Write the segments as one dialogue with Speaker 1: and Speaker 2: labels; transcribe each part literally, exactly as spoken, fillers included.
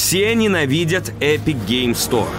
Speaker 1: Все ненавидят Epic Game Store.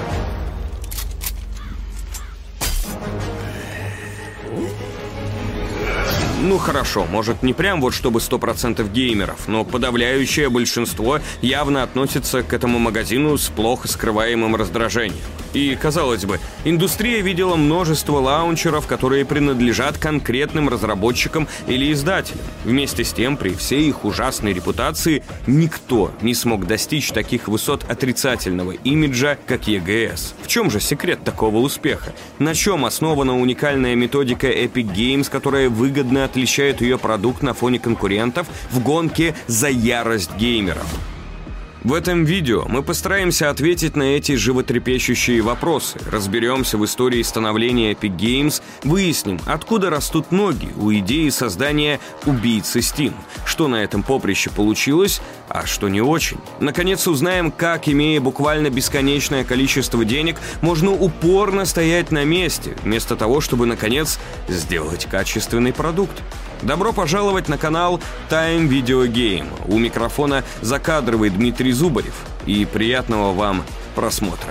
Speaker 1: Ну хорошо, может не прям вот чтобы сто процентов геймеров, но подавляющее большинство явно относится к этому магазину с плохо скрываемым раздражением. И, казалось бы, индустрия видела множество лаунчеров, которые принадлежат конкретным разработчикам или издателям. Вместе с тем, при всей их ужасной репутации, никто не смог достичь таких высот отрицательного имиджа, как и джи эс. В чем же секрет такого успеха? На чем основана уникальная методика Epic Games, которая выгодно отличает ее продукт на фоне конкурентов в гонке за ярость геймеров? В этом видео мы постараемся ответить на эти животрепещущие вопросы, разберемся в истории становления Epic Games, выясним, откуда растут ноги у идеи создания убийцы Steam, что на этом поприще получилось, а что не очень. Наконец узнаем, как, имея буквально бесконечное количество денег, можно упорно стоять на месте, вместо того, чтобы, наконец, сделать качественный продукт. Добро пожаловать на канал Time Video Game. У микрофона закадровый Дмитрий Зубарев. И приятного вам просмотра.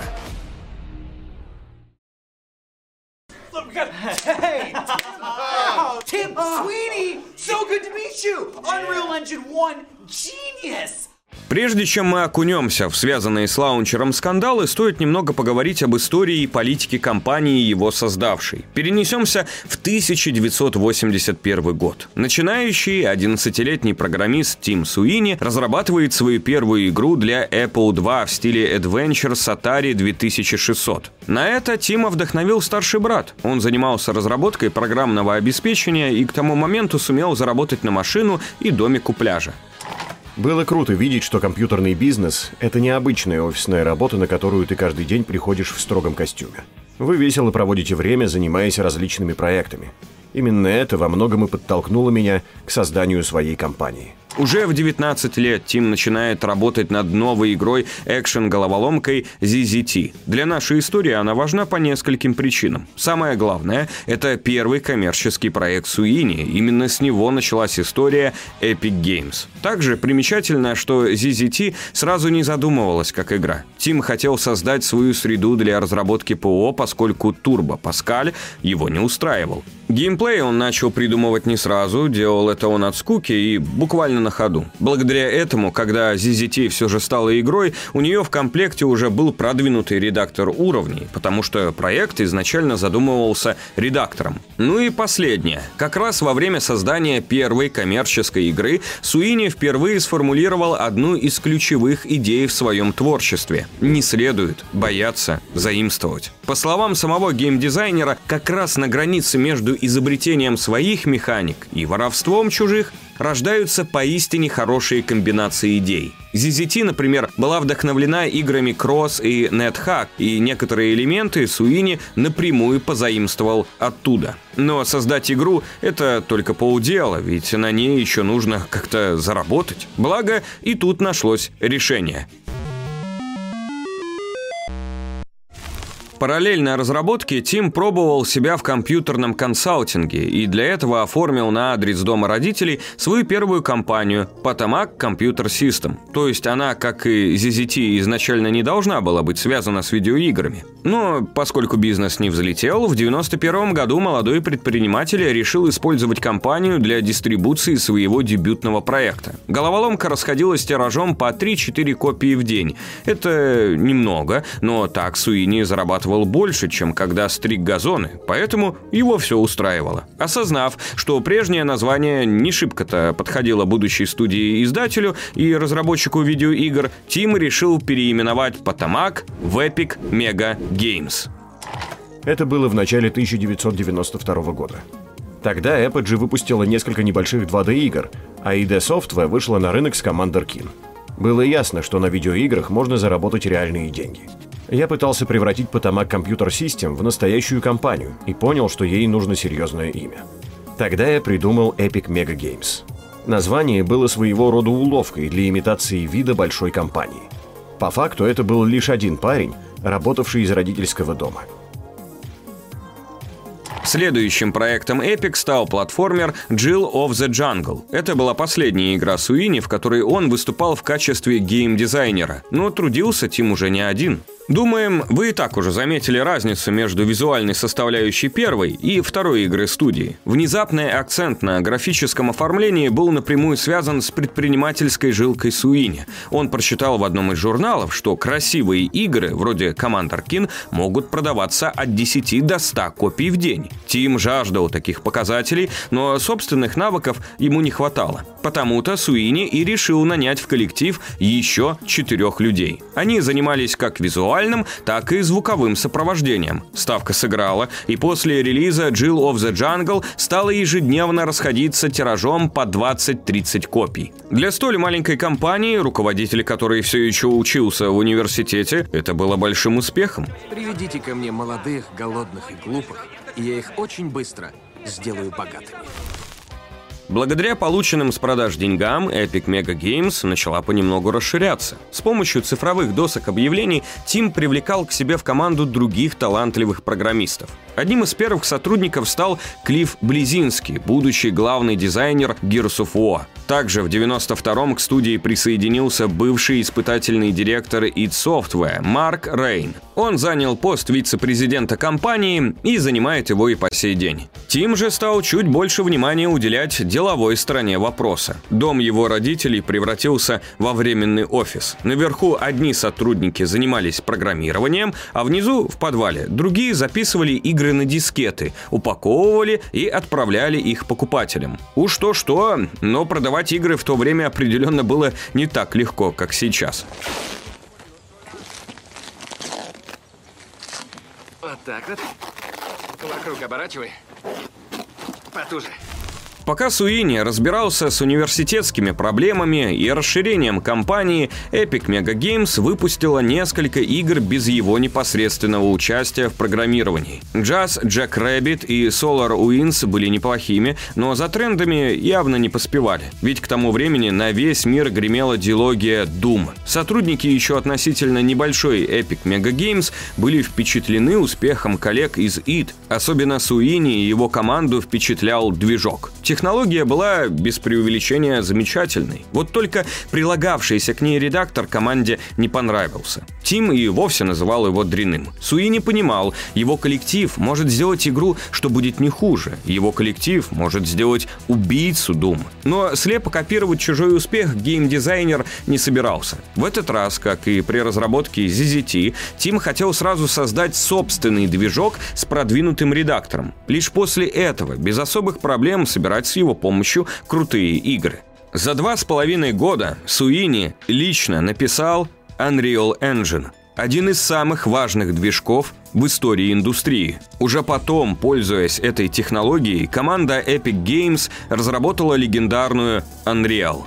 Speaker 2: Hey! Wow, Tim Sweeney! So good to meet you! Unreal Engine one genius!
Speaker 1: Прежде чем мы окунемся в связанные с лаунчером скандалы, стоит немного поговорить об истории и политике компании, его создавшей. Перенесемся в тысяча девятьсот восемьдесят первый год. Начинающий одиннадцатилетний программист Тим Суини разрабатывает свою первую игру для Apple два в стиле Adventure с Atari две тысячи шестьсот. На это Тима вдохновил старший брат. Он занимался разработкой программного обеспечения и к тому моменту сумел заработать на машину и домик у пляжа.
Speaker 3: Было круто видеть, что компьютерный бизнес — это не обычная офисная работа, на которую ты каждый день приходишь в строгом костюме. Вы весело проводите время, занимаясь различными проектами. Именно это во многом и подтолкнуло меня к созданию своей компании.
Speaker 1: Уже в девятнадцать лет Тим начинает работать над новой игрой экшен-головоломкой зет зет ти. Для нашей истории она важна по нескольким причинам. Самое главное — это первый коммерческий проект Суини. Именно с него началась история Epic Games. Также примечательно, что зет зет ти сразу не задумывалась как игра. Тим хотел создать свою среду для разработки ПО, поскольку Turbo Pascal его не устраивал. Геймплей он начал придумывать не сразу, делал это он от скуки и буквально на ходу. Благодаря этому, когда зет зет ти все же стала игрой, у нее в комплекте уже был продвинутый редактор уровней, потому что проект изначально задумывался редактором. Ну и последнее. Как раз во время создания первой коммерческой игры Суини впервые сформулировал одну из ключевых идей в своем творчестве. Не следует бояться заимствовать. По словам самого геймдизайнера, как раз на границе между изобретением своих механик и воровством чужих рождаются поистине хорошие комбинации идей. зет зет ти, например, была вдохновлена играми Cross и NetHack, и некоторые элементы Суини напрямую позаимствовал оттуда. Но создать игру — это только полдела, ведь на ней еще нужно как-то заработать. Благо, и тут нашлось решение. Параллельно разработке Тим пробовал себя в компьютерном консалтинге и для этого оформил на адрес дома родителей свою первую компанию Potomac Computer System. То есть она, как и зет зет ти, изначально не должна была быть связана с видеоиграми. Но поскольку бизнес не взлетел, в девяносто первом году молодой предприниматель решил использовать компанию для дистрибуции своего дебютного проекта. Головоломка расходилась тиражом по три-четыре копии в день. Это немного, но так Суини зарабатывал больше, чем когда стриг газоны, поэтому его все устраивало. Осознав, что прежнее название не шибко-то подходило будущей студии-издателю и разработчику видеоигр, Тим решил переименовать Potomac в Epic Mega Games.
Speaker 3: Это было в начале тысяча девятьсот девяносто второго года. Тогда Apogee выпустила несколько небольших два дэ-игр, а ай ди Software вышла на рынок с Commander Keen. Было ясно, что на видеоиграх можно заработать реальные деньги. Я пытался превратить Potomac Computer System в настоящую компанию и понял, что ей нужно серьезное имя. Тогда я придумал Epic Mega Games. Название было своего рода уловкой для имитации вида большой компании. По факту это был лишь один парень, работавший из родительского дома.
Speaker 1: Следующим проектом Epic стал платформер Jill of the Jungle. Это была последняя игра Суини, в которой он выступал в качестве геймдизайнера, но трудился Тим уже не один. Думаем, вы и так уже заметили разницу между визуальной составляющей первой и второй игры студии. Внезапный акцент на графическом оформлении был напрямую связан с предпринимательской жилкой Суини. Он прочитал в одном из журналов, что красивые игры, вроде Commander Keen, могут продаваться от десяти до ста копий в день. Тим жаждал таких показателей, но собственных навыков ему не хватало. Потому-то Суини и решил нанять в коллектив еще четырех людей. Они занимались как визуальным, так и звуковым сопровождением. Ставка сыграла, и после релиза Jill of the Jungle стала ежедневно расходиться тиражом по двадцать-тридцать копий. Для столь маленькой компании, руководитель которой все еще учился в университете, это было большим успехом.
Speaker 4: Приведите ко мне молодых, голодных и глупых, и я их очень быстро сделаю богатыми.
Speaker 1: Благодаря полученным с продаж деньгам, Epic Mega Games начала понемногу расширяться. С помощью цифровых досок объявлений Тим привлекал к себе в команду других талантливых программистов. Одним из первых сотрудников стал Клифф Близинский, будущий главный дизайнер Gears of War. Также в девяносто втором к студии присоединился бывший испытательный директор id Software Марк Рейн. Он занял пост вице-президента компании и занимает его и по сей день. Тим же стал чуть больше внимания уделять деловой стороне вопроса. Дом его родителей превратился во временный офис. Наверху одни сотрудники занимались программированием, а внизу, в подвале, другие записывали игры на дискеты, упаковывали и отправляли их покупателям. Уж то-что, но продавать игры в то время определенно было не так легко, как сейчас.
Speaker 4: Вот так вот. Вокруг оборачивай. Потуже.
Speaker 1: Пока Суини разбирался с университетскими проблемами и расширением компании, Epic Mega Games выпустила несколько игр без его непосредственного участия в программировании. Just Jack Rabbit и Solar Winds были неплохими, но за трендами явно не поспевали. Ведь к тому времени на весь мир гремела дилогия Doom. Сотрудники еще относительно небольшой Epic Mega Games были впечатлены успехом коллег из id. Особенно Суини и его команду впечатлял движок. Технология была, без преувеличения, замечательной. Вот только прилагавшийся к ней редактор команде не понравился. Тим и вовсе называл его дрянным. Суини понимал, его коллектив может сделать игру, что будет не хуже. Его коллектив может сделать убийцу Doom. Но слепо копировать чужой успех геймдизайнер не собирался. В этот раз, как и при разработке зет зет ти, Тим хотел сразу создать собственный движок с продвинутым редактором. Лишь после этого, без особых проблем, собирать с его помощью крутые игры. За два с половиной года Суини лично написал Unreal Engine, один из самых важных движков в истории индустрии. Уже потом, пользуясь этой технологией, команда Epic Games разработала легендарную Unreal.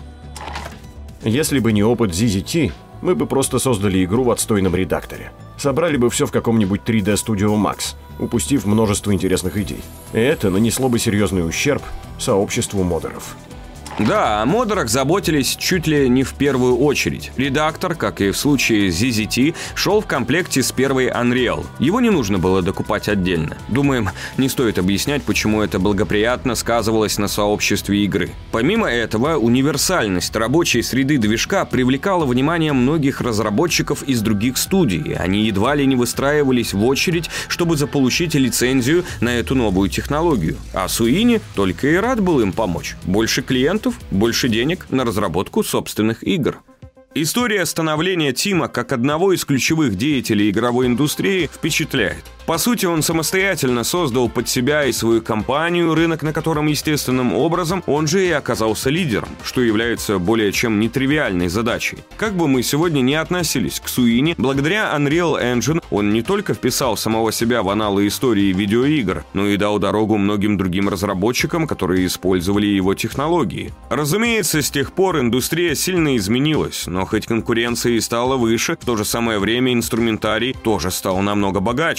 Speaker 3: Если бы не опыт зет зет ти, мы бы просто создали игру в отстойном редакторе. Собрали бы все в каком-нибудь три дэ Studio Max, упустив множество интересных идей. И это нанесло бы серьезный ущерб сообществу модеров.
Speaker 1: Да, о модерах заботились чуть ли не в первую очередь. Редактор, как и в случае с зет зет ти, шел в комплекте с первой Unreal. Его не нужно было докупать отдельно. Думаем, не стоит объяснять, почему это благоприятно сказывалось на сообществе игры. Помимо этого, универсальность рабочей среды движка привлекала внимание многих разработчиков из других студий. Они едва ли не выстраивались в очередь, чтобы заполучить лицензию на эту новую технологию. А Суини только и рад был им помочь. Больше клиентов, больше денег на разработку собственных игр. История становления Тима как одного из ключевых деятелей игровой индустрии впечатляет. По сути, он самостоятельно создал под себя и свою компанию, рынок на котором естественным образом он же и оказался лидером, что является более чем нетривиальной задачей. Как бы мы сегодня ни относились к Суини, благодаря Unreal Engine он не только вписал самого себя в аналы истории видеоигр, но и дал дорогу многим другим разработчикам, которые использовали его технологии. Разумеется, с тех пор индустрия сильно изменилась, но хоть конкуренция и стала выше, в то же самое время инструментарий тоже стал намного богаче.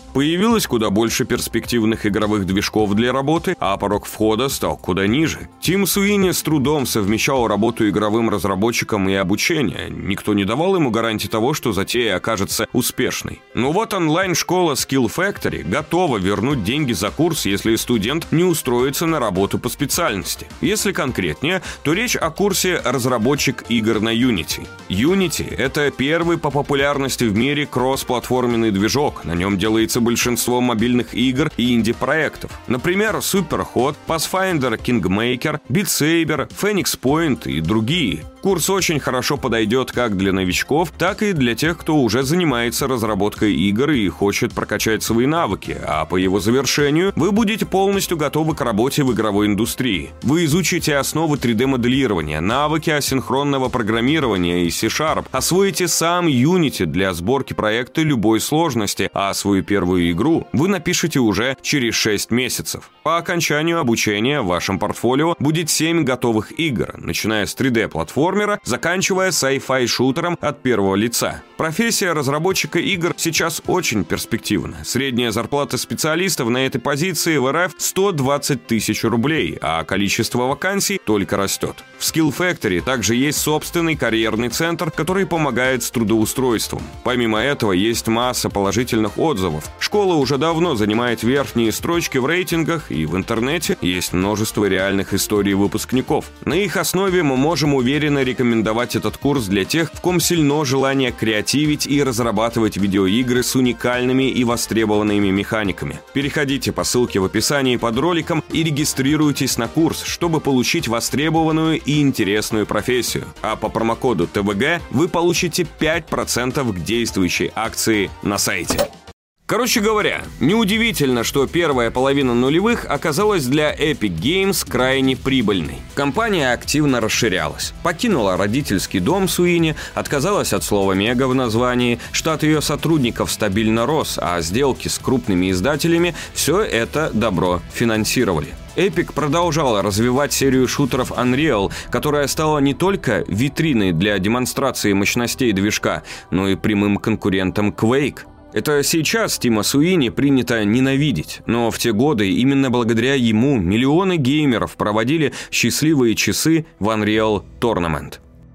Speaker 1: Появилось куда больше перспективных игровых движков для работы, а порог входа стал куда ниже. Тим Суини с трудом совмещал работу игровым разработчиком и обучение. Никто не давал ему гарантии того, что затея окажется успешной. Но вот онлайн-школа Skill Factory готова вернуть деньги за курс, если студент не устроится на работу по специальности. Если конкретнее, то речь о курсе «Разработчик игр на Unity». Unity — это первый по популярности в мире кросс-платформенный движок. На нем делается большинство мобильных игр и инди-проектов. Например, Superhot, Pathfinder Kingmaker, Beat Saber, Phoenix Point и другие. Курс очень хорошо подойдет как для новичков, так и для тех, кто уже занимается разработкой игр и хочет прокачать свои навыки, а по его завершению вы будете полностью готовы к работе в игровой индустрии. Вы изучите основы три дэ-моделирования, навыки асинхронного программирования и C-Sharp, освоите сам Unity для сборки проекта любой сложности, а свою первую игру вы напишете уже через шесть месяцев. По окончанию обучения в вашем портфолио будет семь готовых игр, начиная с три дэ-платформ, заканчивая sci-fi шутером от первого лица. Профессия разработчика игр сейчас очень перспективна. Средняя зарплата специалистов на этой позиции в эр эф сто двадцать тысяч рублей, а количество вакансий только растет. В Skill Factory также есть собственный карьерный центр, который помогает с трудоустройством. Помимо этого есть масса положительных отзывов. Школа уже давно занимает верхние строчки в рейтингах, и в интернете есть множество реальных историй выпускников. На их основе мы можем уверенно рекомендовать этот курс для тех, в ком сильно желание креативить и разрабатывать видеоигры с уникальными и востребованными механиками. Переходите по ссылке в описании под роликом и регистрируйтесь на курс, чтобы получить востребованную и интересную профессию. А по промокоду тэ вэ гэ вы получите пять процентов к действующей акции на сайте. Короче говоря, неудивительно, что первая половина нулевых оказалась для Epic Games крайне прибыльной. Компания активно расширялась, покинула родительский дом Суини, отказалась от слова «мега» в названии, штат ее сотрудников стабильно рос, а сделки с крупными издателями все это добро финансировали. Epic продолжала развивать серию шутеров Unreal, которая стала не только витриной для демонстрации мощностей движка, но и прямым конкурентом Quake. Это сейчас Тима Суини принято ненавидеть, но в те годы именно благодаря ему миллионы геймеров проводили счастливые часы в Unreal Tournament.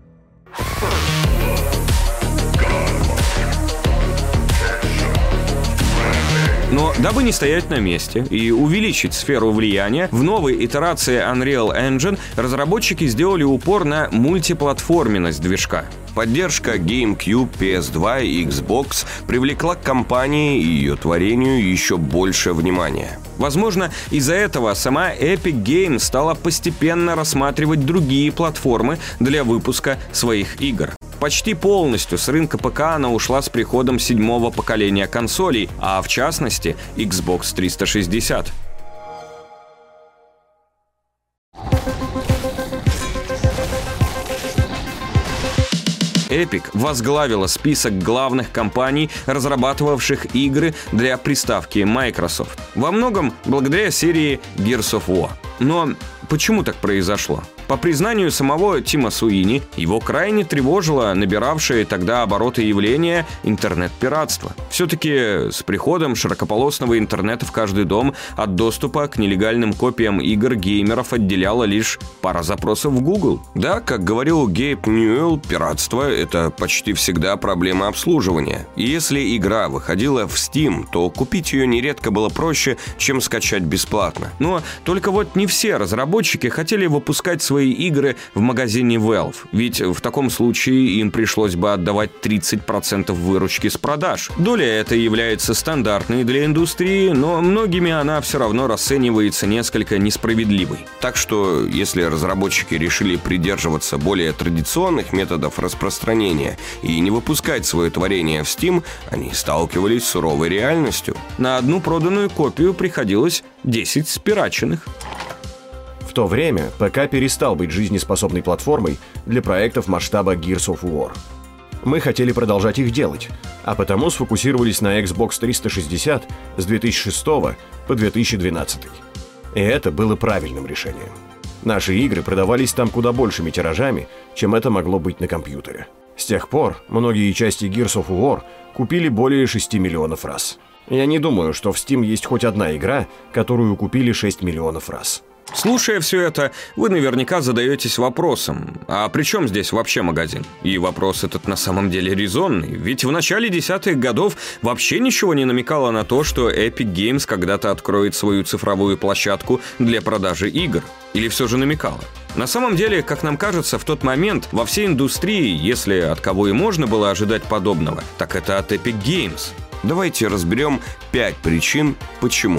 Speaker 1: Но дабы не стоять на месте и увеличить сферу влияния, в новой итерации Unreal Engine разработчики сделали упор на мультиплатформенность движка. Поддержка GameCube, пи эс два и Xbox привлекла к компании и ее творению еще больше внимания. Возможно, из-за этого сама Epic Games стала постепенно рассматривать другие платформы для выпуска своих игр. Почти полностью с рынка ПК она ушла с приходом седьмого поколения консолей, а в частности Xbox триста шестьдесят. Epic возглавила список главных компаний, разрабатывавших игры для приставки Microsoft. Во многом благодаря серии Gears of War. Но почему так произошло? По признанию самого Тима Суини, его крайне тревожило набиравшее тогда обороты явление интернет-пиратства. Все-таки с приходом широкополосного интернета в каждый дом от доступа к нелегальным копиям игр геймеров отделяла лишь пара запросов в Google. Да, как говорил Гейб Ньюэлл, пиратство — это почти всегда проблема обслуживания. И если игра выходила в Steam, то купить ее нередко было проще, чем скачать бесплатно. Но только вот не все разработчики хотели выпускать свои свои игры в магазине Valve, ведь в таком случае им пришлось бы отдавать тридцать процентов выручки с продаж. Доля эта является стандартной для индустрии, но многими она все равно расценивается несколько несправедливой. Так что, если разработчики решили придерживаться более традиционных методов распространения и не выпускать свое творение в Steam, они сталкивались с суровой реальностью. На одну проданную копию приходилось десять спираченных.
Speaker 3: В то время ПК перестал быть жизнеспособной платформой для проектов масштаба Gears of War. Мы хотели продолжать их делать, а потому сфокусировались на Xbox триста шестьдесят с две тысячи шестого по две тысячи двенадцатый. И это было правильным решением. Наши игры продавались там куда большими тиражами, чем это могло быть на компьютере. С тех пор многие части Gears of War купили более шести миллионов раз. Я не думаю, что в Steam есть хоть одна игра, которую купили шесть миллионов раз.
Speaker 1: Слушая все это, вы наверняка задаетесь вопросом, а при чем здесь вообще магазин? И вопрос этот на самом деле резонный, ведь в начале десятых годов вообще ничего не намекало на то, что Epic Games когда-то откроет свою цифровую площадку для продажи игр. Или все же намекало? На самом деле, как нам кажется, в тот момент во всей индустрии, если от кого и можно было ожидать подобного, так это от Epic Games.
Speaker 5: Давайте разберем пять причин, почему.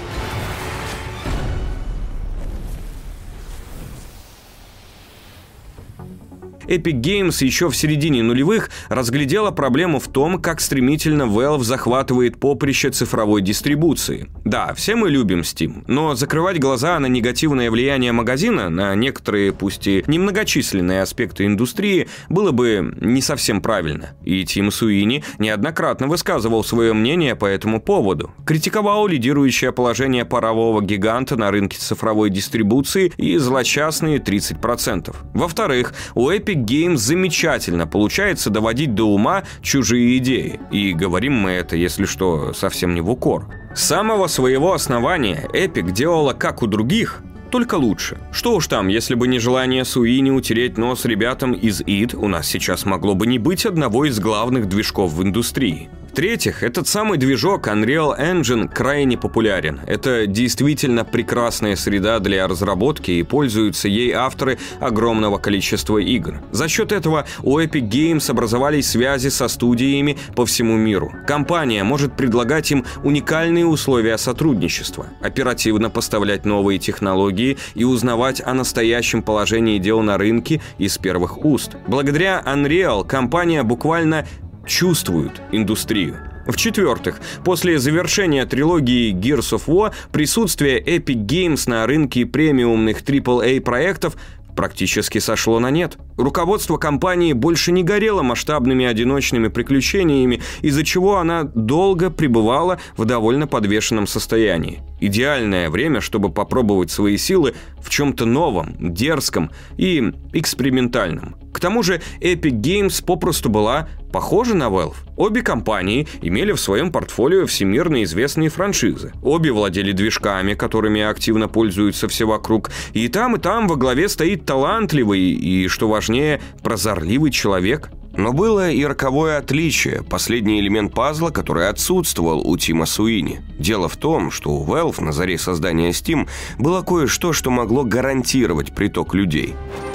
Speaker 1: Epic Games еще в середине нулевых разглядела проблему в том, как стремительно Valve захватывает поприще цифровой дистрибуции. Да, все мы любим Steam, но закрывать глаза на негативное влияние магазина на некоторые, пусть и немногочисленные аспекты индустрии, было бы не совсем правильно. И Тим Суини неоднократно высказывал свое мнение по этому поводу. Критиковал лидирующее положение парового гиганта на рынке цифровой дистрибуции и злосчастные тридцать процентов. Во-вторых, у Epic Games замечательно получается доводить до ума чужие идеи. И говорим мы это, если что, совсем не в укор. С самого своего основания Epic делала как у других, только лучше. Что уж там, если бы не желание Суини утереть нос ребятам из id, у нас сейчас могло бы не быть одного из главных движков в индустрии. В-третьих, этот самый движок Unreal Engine крайне популярен. Это действительно прекрасная среда для разработки, и пользуются ей авторы огромного количества игр. За счет этого у Epic Games образовались связи со студиями по всему миру. Компания может предлагать им уникальные условия сотрудничества, оперативно поставлять новые технологии и узнавать о настоящем положении дел на рынке из первых уст. Благодаря Unreal компания буквально чувствуют индустрию. В-четвертых, после завершения трилогии Gears of War присутствие Epic Games на рынке премиумных трипл эй проектов практически сошло на нет. Руководство компании больше не горело масштабными одиночными приключениями, из-за чего она долго пребывала в довольно подвешенном состоянии. Идеальное время, чтобы попробовать свои силы в чем-то новом, дерзком и экспериментальном. К тому же Epic Games попросту была похожа на Valve. Обе компании имели в своем портфолио всемирно известные франшизы. Обе владели движками, которыми активно пользуются все вокруг. И там, и там во главе стоит талантливый и, что важнее, прозорливый человек.
Speaker 5: Но было и роковое отличие, последний элемент пазла, который отсутствовал у Тима Суини. Дело в том, что у Valve на заре создания Steam было кое-что, что могло гарантировать приток людей.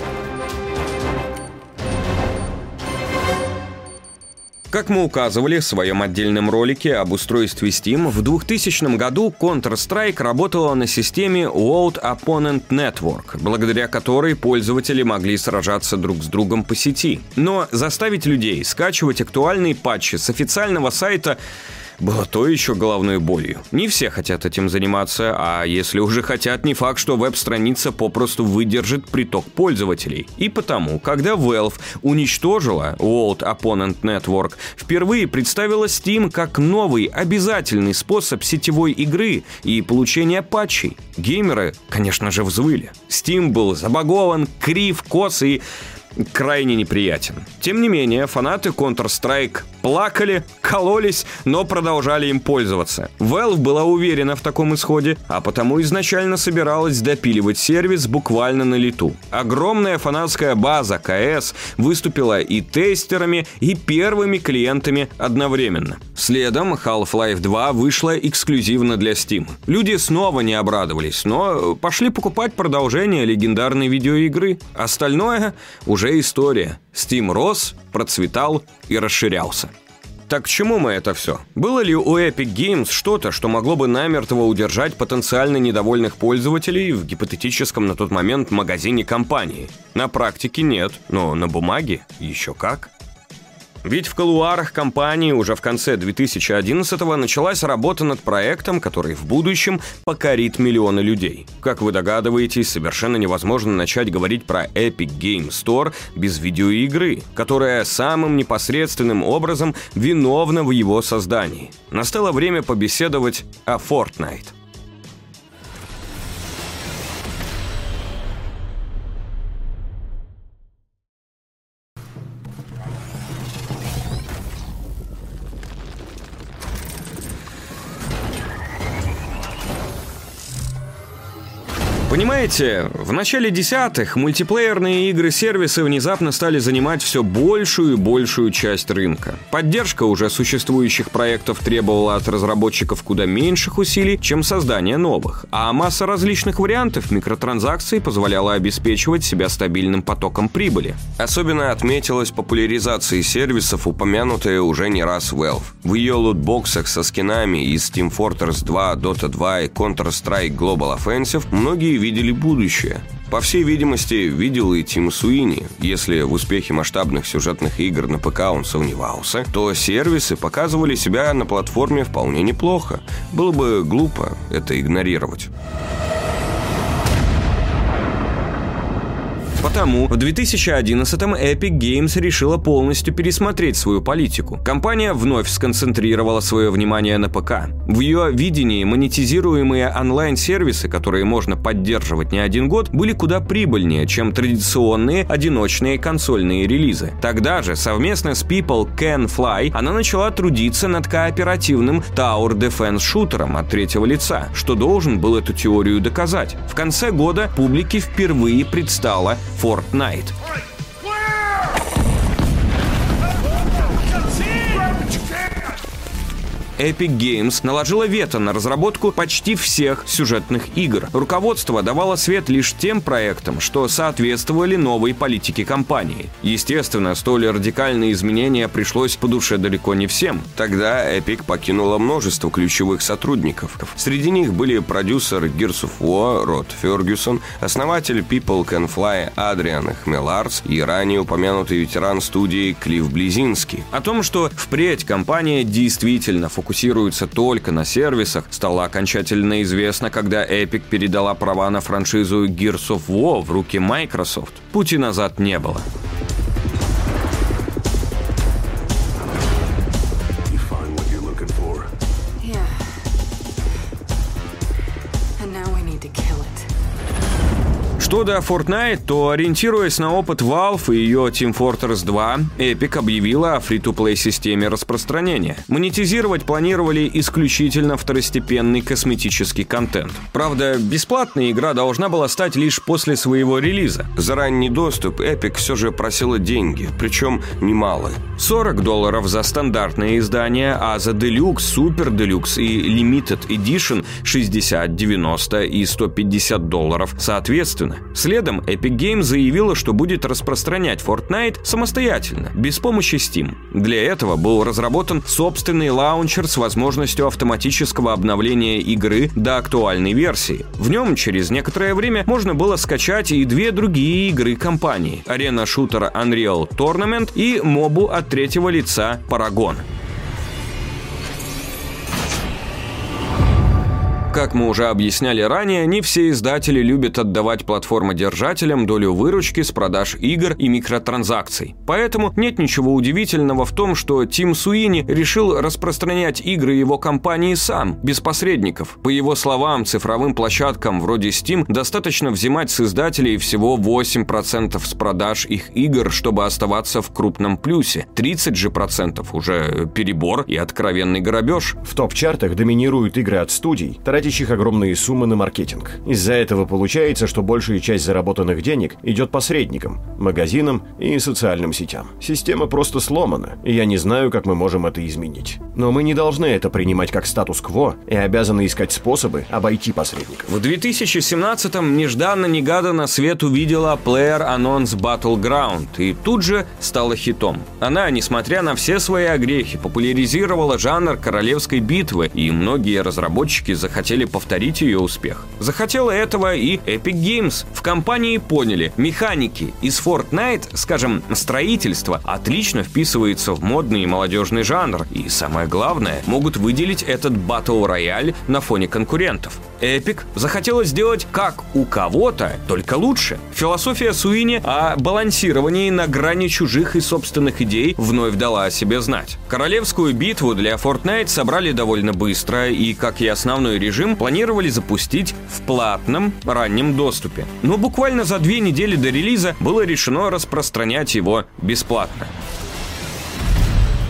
Speaker 1: Как мы указывали в своем отдельном ролике об устройстве Steam, в двухтысячном году Counter-Strike работала на системе World Opponent Network, благодаря которой пользователи могли сражаться друг с другом по сети. Но заставить людей скачивать актуальные патчи с официального сайта было то еще головной болью. Не все хотят этим заниматься, а если уже хотят, не факт, что веб-страница попросту выдержит приток пользователей. И потому, когда Valve уничтожила World Opponent Network, впервые представила Steam как новый обязательный способ сетевой игры и получения патчей. Геймеры, конечно же, взвыли. Steam был забагован, крив, кос и крайне неприятен. Тем не менее, фанаты Counter-Strike плакали, кололись, но продолжали им пользоваться. Valve была уверена в таком исходе, а потому изначально собиралась допиливать сервис буквально на лету. Огромная фанатская база КС выступила и тестерами, и первыми клиентами одновременно. Следом Half-Life два вышла эксклюзивно для Steam. Люди снова не обрадовались, но пошли покупать продолжение легендарной видеоигры. Остальное уже история. Steam рос, процветал и расширялся. Так к чему мы это все? Было ли у Epic Games что-то, что могло бы намертво удержать потенциально недовольных пользователей в гипотетическом на тот момент магазине компании? На практике нет, но на бумаге еще как. Ведь в кулуарах компании уже в конце две тысячи одиннадцатого началась работа над проектом, который в будущем покорит миллионы людей. Как вы догадываетесь, совершенно невозможно начать говорить про Epic Game Store без видеоигры, которая самым непосредственным образом виновна в его создании. Настало время побеседовать о Fortnite. Понимаете, в начале десятых мультиплеерные игры-сервисы внезапно стали занимать все большую и большую часть рынка. Поддержка уже существующих проектов требовала от разработчиков куда меньших усилий, чем создание новых, а масса различных вариантов микротранзакций позволяла обеспечивать себя стабильным потоком прибыли.
Speaker 5: Особенно отметилась популяризация сервисов, упомянутая уже не раз Valve. В ее лутбоксах со скинами из Team Fortress два, Dota два и Counter-Strike Global Offensive многие видели будущее. По всей видимости, видел и Тим Суини. Если в успехе масштабных сюжетных игр на ПК он сомневался, то сервисы показывали себя на платформе вполне неплохо. Было бы глупо это игнорировать.
Speaker 1: Потому в две тысячи одиннадцатом Epic Games решила полностью пересмотреть свою политику. Компания вновь сконцентрировала свое внимание на ПК. В ее видении монетизируемые онлайн-сервисы, которые можно поддерживать не один год, были куда прибыльнее, чем традиционные одиночные консольные релизы. Тогда же совместно с People Can Fly она начала трудиться над кооперативным Tower Defense шутером от третьего лица, что должен был эту теорию доказать. В конце года публике впервые предстала Fortnite. Epic Games наложила вето на разработку почти всех сюжетных игр. Руководство давало свет лишь тем проектам, что соответствовали новой политике компании. Естественно, столь радикальные изменения пришлось по душе далеко не всем.
Speaker 5: Тогда Epic покинула множество ключевых сотрудников. Среди них были продюсер Gears of War Род Фергюсон, основатель People Can Fly Адриан Хмеларс и ранее упомянутый ветеран студии Клифф Близинский.
Speaker 1: О том, что впредь компания действительно фокусируется фокусируется только на сервисах, стало окончательно известно, когда Epic передала права на франшизу Gears of War в руки Microsoft. Пути назад не было. Что до Fortnite, то, ориентируясь на опыт Valve и ее Team Fortress два, Epic объявила о фри-то-плей системе распространения. Монетизировать планировали исключительно второстепенный косметический контент. Правда, бесплатная игра должна была стать лишь после своего релиза.
Speaker 5: За ранний доступ Epic все же просила деньги, причем немалые.
Speaker 1: сорок долларов за стандартное издание, а за Deluxe, Super Deluxe и Limited Edition шестьдесят, девяносто и сто пятьдесят долларов соответственно. Следом Epic Games заявила, что будет распространять Fortnite самостоятельно, без помощи Steam. Для этого был разработан собственный лаунчер с возможностью автоматического обновления игры до актуальной версии. В нем через некоторое время можно было скачать и две другие игры компании: арена-шутера Unreal Tournament и мобу от третьего лица Paragon. Как мы уже объясняли ранее, не все издатели любят отдавать платформодержателям долю выручки с продаж игр и микротранзакций. Поэтому нет ничего удивительного в том, что Тим Суини решил распространять игры его компании сам, без посредников. По его словам, цифровым площадкам вроде Steam достаточно взимать с издателей всего восемь процентов с продаж их игр, чтобы оставаться в крупном плюсе. тридцать же процентов уже перебор и откровенный грабеж.
Speaker 3: В топ-чартах доминируют игры от студий, тратящих огромные суммы на маркетинг. Из-за этого получается, что большая часть заработанных денег идет посредникам, магазинам и социальным сетям. Система просто сломана, и я не знаю, как мы можем это изменить. Но мы не должны это принимать как статус-кво и обязаны искать способы обойти посредников.
Speaker 1: В две тысячи семнадцатом нежданно-негаданно свет увидела PlayerUnknown's Battleground и тут же стала хитом. Она, несмотря на все свои огрехи, популяризировала жанр королевской битвы, и многие разработчики захотели повторить ее успех. Захотела этого и Epic Games. В компании поняли, механики из Fortnite, скажем, строительство, отлично вписывается в модный и молодежный жанр, и самое главное, могут выделить этот Battle Royale на фоне конкурентов. Epic захотела сделать как у кого-то, только лучше. Философия Суини о балансировании на грани чужих и собственных идей вновь дала о себе знать. Королевскую битву для Fortnite собрали довольно быстро и, как и основной режим, планировали запустить в платном раннем доступе. Но буквально за две недели до релиза было решено распространять его бесплатно.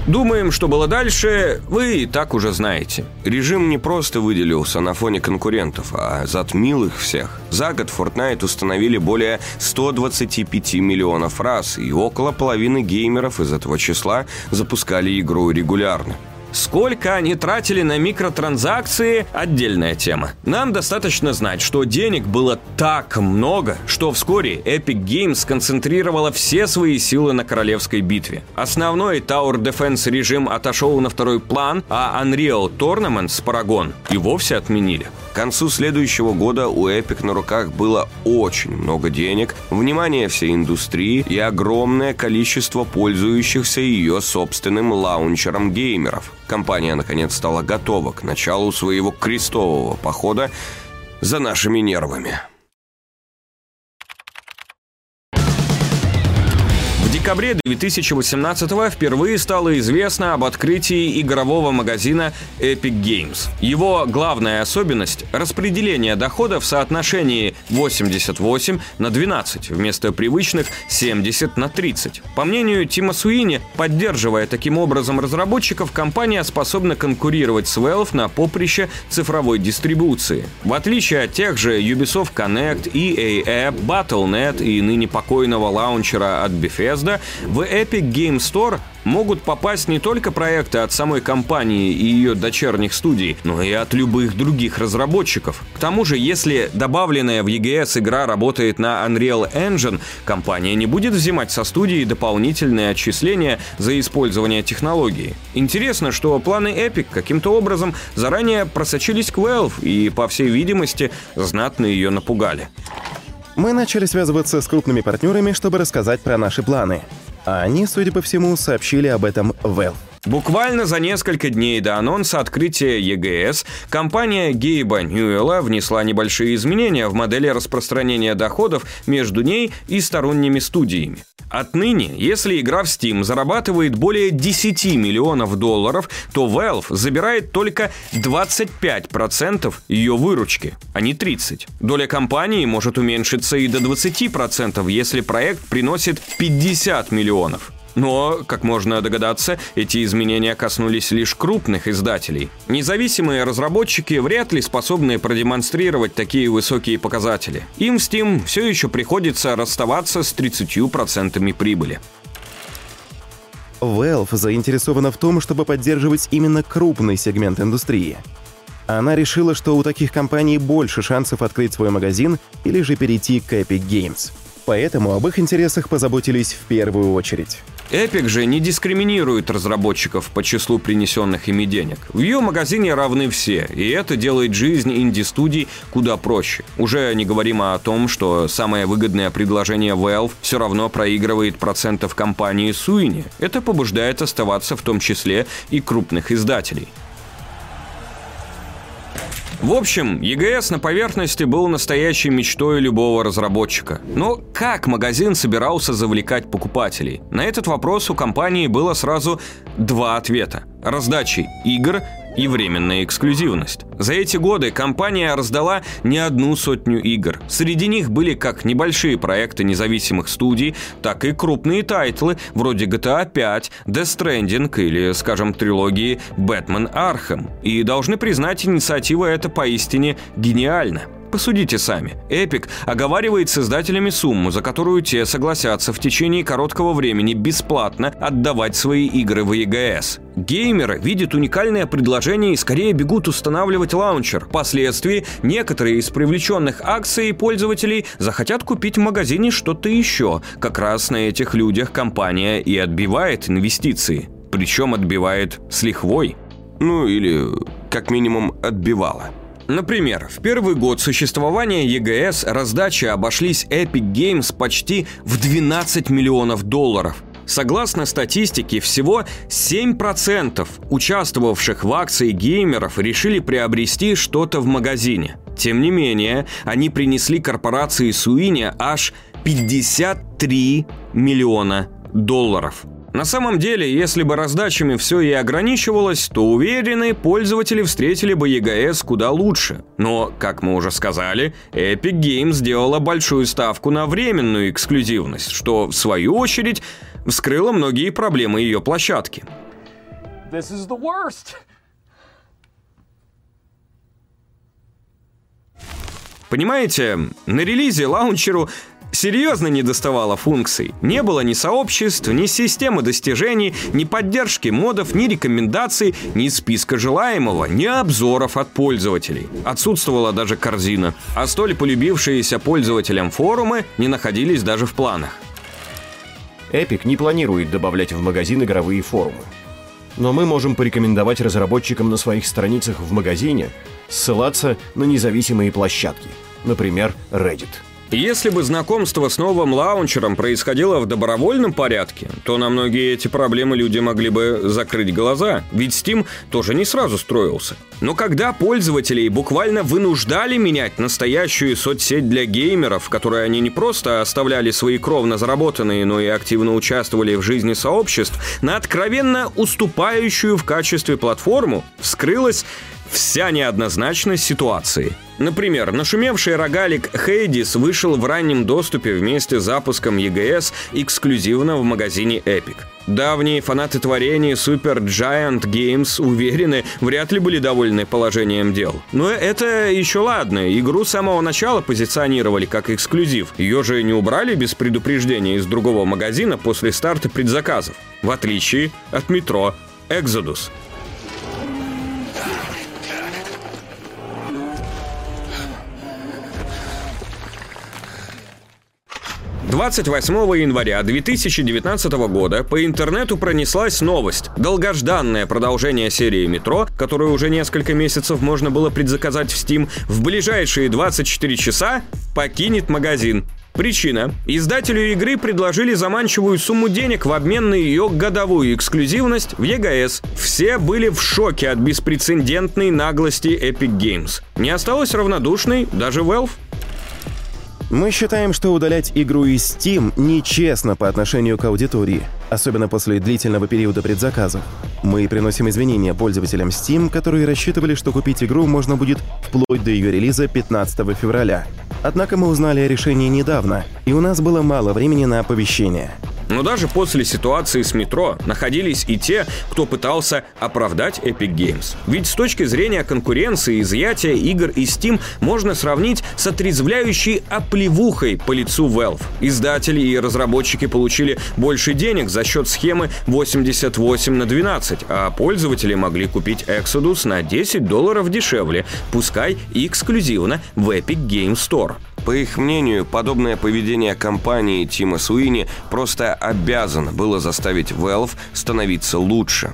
Speaker 1: Думаем, что было дальше, вы и так уже знаете.
Speaker 5: Режим не просто выделился на фоне конкурентов, а затмил их всех. За год Fortnite установили более ста двадцати пяти миллионов раз, и около половины геймеров из этого числа запускали игру регулярно.
Speaker 1: Сколько они тратили на микротранзакции – отдельная тема. Нам достаточно знать, что денег было так много, что вскоре Epic Games сконцентрировала все свои силы на королевской битве. Основной Tower Defense режим отошел на второй план, а Unreal Tournaments Paragon и вовсе отменили.
Speaker 5: К концу следующего года у Epic на руках было очень много денег, внимание всей индустрии и огромное количество пользующихся ее собственным лаунчером геймеров. Компания, наконец, стала готова к началу своего крестового похода за нашими нервами.
Speaker 1: В декабре две тысячи восемнадцатого впервые стало известно об открытии игрового магазина Epic Games. Его главная особенность – распределение дохода в соотношении восемьдесят восемь на двенадцать вместо привычных семьдесят на тридцать. По мнению Тима Суини, поддерживая таким образом разработчиков, компания способна конкурировать с Valve на поприще цифровой дистрибуции. В отличие от тех же Ubisoft Connect, и эй App, батл точка нет и ныне покойного лаунчера от Bethesda, в Epic Game Store могут попасть не только проекты от самой компании и ее дочерних студий, но и от любых других разработчиков. К тому же, если добавленная в и джи эс игра работает на Unreal Engine, компания не будет взимать со студии дополнительные отчисления за использование технологии. Интересно, что планы Epic каким-то образом заранее просочились к Valve и, по всей видимости, знатно ее напугали.
Speaker 6: Мы начали связываться с крупными партнерами, чтобы рассказать про наши планы. А они, судя по всему, сообщили об этом Valve.
Speaker 1: Буквально за несколько дней до анонса открытия и джи эс компания Гейба Ньюэлла внесла небольшие изменения в модели распространения доходов между ней и сторонними студиями. Отныне, если игра в Steam зарабатывает более десяти миллионов долларов, то Valve забирает только двадцать пять процентов ее выручки, а не тридцать процентов. Доля компании может уменьшиться и до двадцати процентов, если проект приносит пятьдесят миллионов. Но, как можно догадаться, эти изменения коснулись лишь крупных издателей. Независимые разработчики вряд ли способны продемонстрировать такие высокие показатели. Им в Steam все еще приходится расставаться с тридцатью процентами прибыли.
Speaker 6: Valve заинтересована в том, чтобы поддерживать именно крупный сегмент индустрии. Она решила, что у таких компаний больше шансов открыть свой магазин или же перейти к Epic Games. Поэтому об их интересах позаботились в первую очередь.
Speaker 1: Epic же не дискриминирует разработчиков по числу принесенных ими денег. В ее магазине равны все, и это делает жизнь инди-студий куда проще. Уже не говорим о том, что самое выгодное предложение Valve все равно проигрывает процентов компании Суини. Это побуждает оставаться в том числе и крупных издателей. В общем, и джи эс на поверхности был настоящей мечтой любого разработчика. Но как магазин собирался завлекать покупателей? На этот вопрос у компании было сразу два ответа: раздачи игр и временная эксклюзивность. За эти годы компания раздала не одну сотню игр. Среди них были как небольшие проекты независимых студий, так и крупные тайтлы вроде джи ти эй пять, Death Stranding или, скажем, трилогии Batman Arkham. И должны признать, инициатива эта поистине гениальна. Посудите сами. Epic оговаривает с издателями сумму, за которую те согласятся в течение короткого времени бесплатно отдавать свои игры в и джи эс. Геймеры видят уникальное предложение и скорее бегут устанавливать лаунчер. Впоследствии некоторые из привлеченных акцией пользователей захотят купить в магазине что-то еще. Как раз на этих людях компания и отбивает инвестиции. Причем отбивает с лихвой.
Speaker 5: Ну или, как минимум, отбивала.
Speaker 1: Например, в первый год существования и джи эс раздачи обошлись Epic Games почти в двенадцать миллионов долларов. Согласно статистике, всего семь процентов участвовавших в акции геймеров решили приобрести что-то в магазине. Тем не менее, они принесли корпорации Суини аж пятьдесят три миллиона долларов. На самом деле, если бы раздачами все и ограничивалось, то, уверены, пользователи встретили бы и джи эс куда лучше. Но, как мы уже сказали, Epic Games сделала большую ставку на временную эксклюзивность, что, в свою очередь, вскрыло многие проблемы ее площадки.
Speaker 7: This is the worst.
Speaker 1: Понимаете, на релизе лаунчеру серьезно не доставало функций. Не было ни сообществ, ни системы достижений, ни поддержки модов, ни рекомендаций, ни списка желаемого, ни обзоров от пользователей. Отсутствовала даже корзина. А столь полюбившиеся пользователям форумы не находились даже в планах.
Speaker 3: Epic не планирует добавлять в магазин игровые форумы. Но мы можем порекомендовать разработчикам на своих страницах в магазине ссылаться на независимые площадки, например, Reddit.
Speaker 1: Если бы знакомство с новым лаунчером происходило в добровольном порядке, то на многие эти проблемы люди могли бы закрыть глаза, ведь Steam тоже не сразу строился. Но когда пользователей буквально вынуждали менять настоящую соцсеть для геймеров, в которой они не просто оставляли свои кровно заработанные, но и активно участвовали в жизни сообществ, на откровенно уступающую в качестве платформу вскрылась вся неоднозначность ситуации. Например, нашумевший рогалик Hades вышел в раннем доступе вместе с запуском и джи эс эксклюзивно в магазине Epic. Давние фанаты творений Supergiant Games уверены, вряд ли были довольны положением дел. Но это еще ладно, игру с самого начала позиционировали как эксклюзив. Ее же не убрали без предупреждения из другого магазина после старта предзаказов, в отличие от Metro Exodus. двадцать восьмого января две тысячи девятнадцатого года по интернету пронеслась новость. Долгожданное продолжение серии «Метро», которую уже несколько месяцев можно было предзаказать в Steam, в ближайшие двадцать четыре часа покинет магазин. Причина. Издателю игры предложили заманчивую сумму денег в обмен на ее годовую эксклюзивность в и джи эс. Все были в шоке от беспрецедентной наглости Epic Games. Не осталось равнодушной даже Valve.
Speaker 6: Мы считаем, что удалять игру из Steam нечестно по отношению к аудитории, особенно после длительного периода предзаказов. Мы приносим извинения пользователям Steam, которые рассчитывали, что купить игру можно будет вплоть до ее релиза пятнадцатого февраля. Однако мы узнали о решении недавно, и у нас было мало времени на оповещение.
Speaker 1: Но даже после ситуации с Метро находились и те, кто пытался оправдать Epic Games. Ведь с точки зрения конкуренции изъятия игр из Steam можно сравнить с отрезвляющей оплевухой по лицу Valve. Издатели и разработчики получили больше денег за счет схемы восемьдесят восемь на двенадцать, а пользователи могли купить Exodus на десять долларов дешевле, пускай и эксклюзивно в Epic Game Store.
Speaker 5: По их мнению, подобное поведение компании Тима Суини просто обязано было заставить Valve становиться лучше.